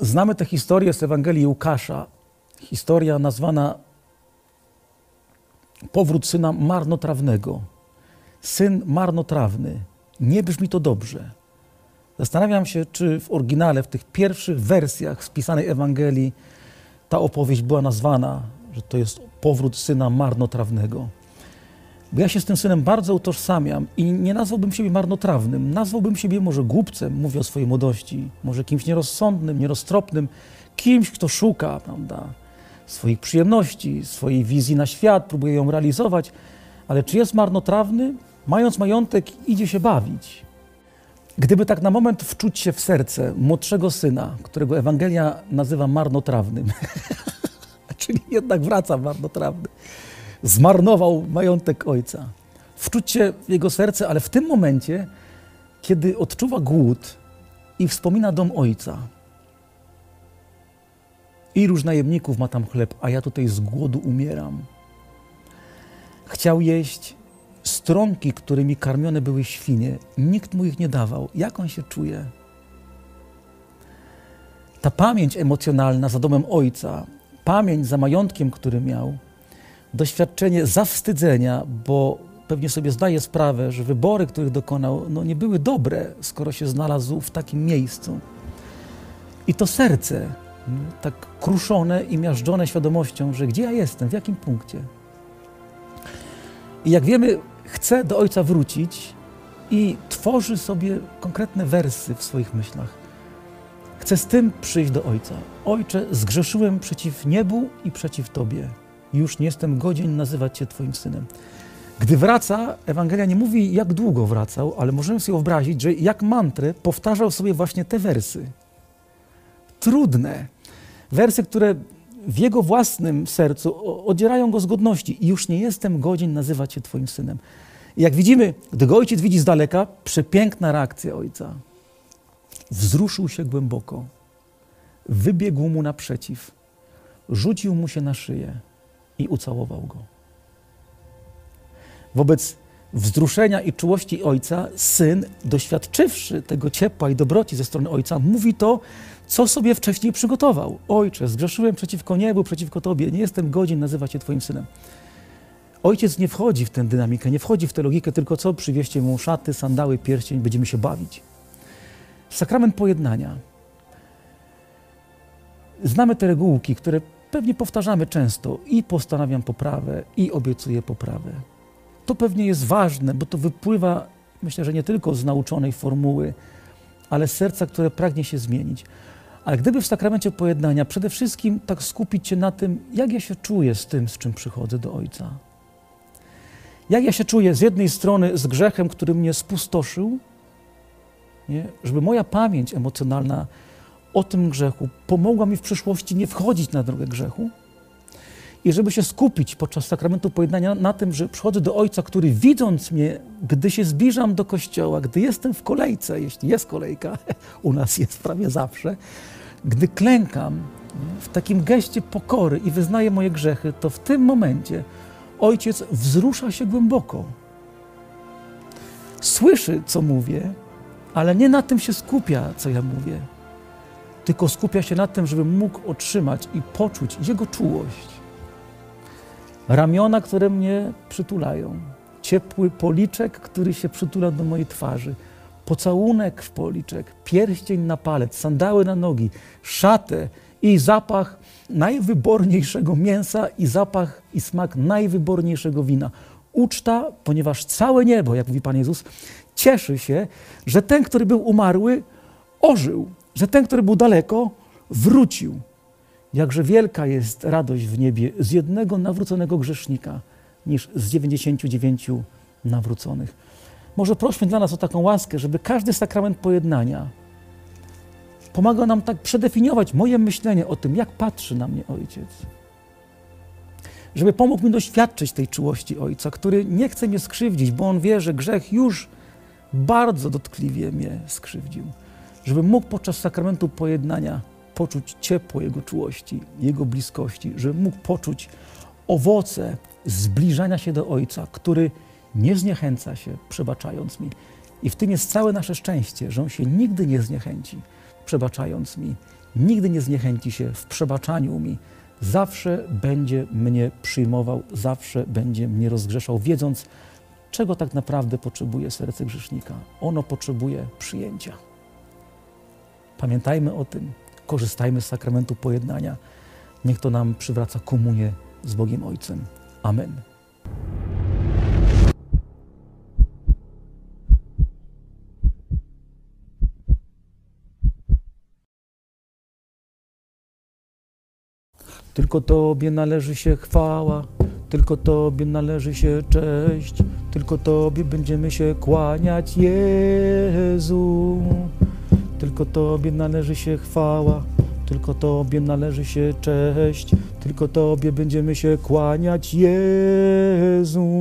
Znamy tę historię z Ewangelii Łukasza. Historia nazwana powrót syna marnotrawnego. Syn marnotrawny. Nie brzmi to dobrze. Zastanawiam się, czy w oryginale, w tych pierwszych wersjach spisanej Ewangelii ta opowieść była nazwana, że to jest powrót syna marnotrawnego. Bo ja się z tym synem bardzo utożsamiam i nie nazwałbym siebie marnotrawnym. Nazwałbym siebie może głupcem, mówię o swojej młodości, może kimś nierozsądnym, nieroztropnym, kimś, kto szuka, prawda, swoich przyjemności, swojej wizji na świat, próbuje ją realizować, ale czy jest marnotrawny? Mając majątek, idzie się bawić. Gdyby tak na moment wczuć się w serce młodszego syna, którego Ewangelia nazywa marnotrawnym, czyli jednak wraca marnotrawny, zmarnował majątek ojca. Wczuć się w jego serce, ale w tym momencie, kiedy odczuwa głód i wspomina dom ojca. Iluż najemników ma tam chleb, a ja tutaj z głodu umieram. Chciał jeść strąki, którymi karmione były świnie. Nikt mu ich nie dawał. Jak on się czuje? Ta pamięć emocjonalna za domem ojca, pamięć za majątkiem, który miał, doświadczenie zawstydzenia, bo pewnie sobie zdaje sprawę, że wybory, których dokonał, nie były dobre, skoro się znalazł w takim miejscu. I to serce, tak kruszone i miażdżone świadomością, że gdzie ja jestem, w jakim punkcie. I jak wiemy, chce do ojca wrócić i tworzy sobie konkretne wersy w swoich myślach. Chce z tym przyjść do ojca. Ojcze, zgrzeszyłem przeciw niebu i przeciw Tobie. Już nie jestem godzien nazywać Cię Twoim synem. Gdy wraca, Ewangelia nie mówi, jak długo wracał, ale możemy sobie wyobrazić, że jak mantrę powtarzał sobie właśnie te wersy. Trudne. Wersy, które w jego własnym sercu odzierają go z godności. I już nie jestem godzien nazywać Cię Twoim synem. I jak widzimy, gdy go ojciec widzi z daleka, przepiękna reakcja ojca. Wzruszył się głęboko. Wybiegł mu naprzeciw. Rzucił mu się na szyję i ucałował go. Wobec wzruszenia i czułości ojca, syn, doświadczywszy tego ciepła i dobroci ze strony ojca, mówi to, co sobie wcześniej przygotował. Ojcze, zgrzeszyłem przeciwko niebu, przeciwko Tobie, nie jestem godzien nazywać Cię Twoim synem. Ojciec nie wchodzi w tę dynamikę, nie wchodzi w tę logikę, tylko co? Przywieźcie mu szaty, sandały, pierścień, będziemy się bawić. Sakrament pojednania. Znamy te regułki, które pewnie powtarzamy często i postanawiam poprawę, i obiecuję poprawę. To pewnie jest ważne, bo to wypływa, myślę, że nie tylko z nauczonej formuły, ale z serca, które pragnie się zmienić. Ale gdyby w sakramencie pojednania przede wszystkim tak skupić się na tym, jak ja się czuję z tym, z czym przychodzę do Ojca. Jak ja się czuję z jednej strony z grzechem, który mnie spustoszył, nie? Żeby moja pamięć emocjonalna o tym grzechu pomogła mi w przyszłości nie wchodzić na drogę grzechu i żeby się skupić podczas sakramentu pojednania na tym, że przychodzę do Ojca, który widząc mnie, gdy się zbliżam do kościoła, gdy jestem w kolejce, jeśli jest kolejka, u nas jest prawie zawsze, gdy klękam w takim geście pokory i wyznaję moje grzechy, to w tym momencie Ojciec wzrusza się głęboko. Słyszy, co mówię, ale nie na tym się skupia, co ja mówię, tylko skupia się na tym, żebym mógł otrzymać i poczuć Jego czułość. Ramiona, które mnie przytulają, ciepły policzek, który się przytula do mojej twarzy, pocałunek w policzek, pierścień na palec, sandały na nogi, szatę i zapach najwyborniejszego mięsa i zapach i smak najwyborniejszego wina. Uczta, ponieważ całe niebo, jak mówi Pan Jezus, cieszy się, że ten, który był umarły, ożył, że ten, który był daleko, wrócił. Jakże wielka jest radość w niebie z jednego nawróconego grzesznika niż z 99 nawróconych. Może prośmy dla nas o taką łaskę, żeby każdy sakrament pojednania pomagał nam tak przedefiniować moje myślenie o tym, jak patrzy na mnie Ojciec. Żeby pomógł mi doświadczyć tej czułości Ojca, który nie chce mnie skrzywdzić, bo On wie, że grzech już bardzo dotkliwie mnie skrzywdził. Żeby mógł podczas sakramentu pojednania poczuć ciepło Jego czułości, Jego bliskości, żeby mógł poczuć owoce zbliżania się do Ojca, który nie zniechęca się, przebaczając mi. I w tym jest całe nasze szczęście, że On się nigdy nie zniechęci, przebaczając mi nigdy nie zniechęci się w przebaczaniu mi. Zawsze będzie mnie przyjmował, zawsze będzie mnie rozgrzeszał, wiedząc, czego tak naprawdę potrzebuje serce grzesznika. Ono potrzebuje przyjęcia. Pamiętajmy o tym, korzystajmy z sakramentu pojednania. Niech to nam przywraca komunię z Bogiem Ojcem. Amen. Tylko Tobie należy się chwała, tylko Tobie należy się cześć, tylko Tobie będziemy się kłaniać, Jezu. Tylko Tobie należy się chwała, tylko Tobie należy się cześć, tylko Tobie będziemy się kłaniać, Jezu.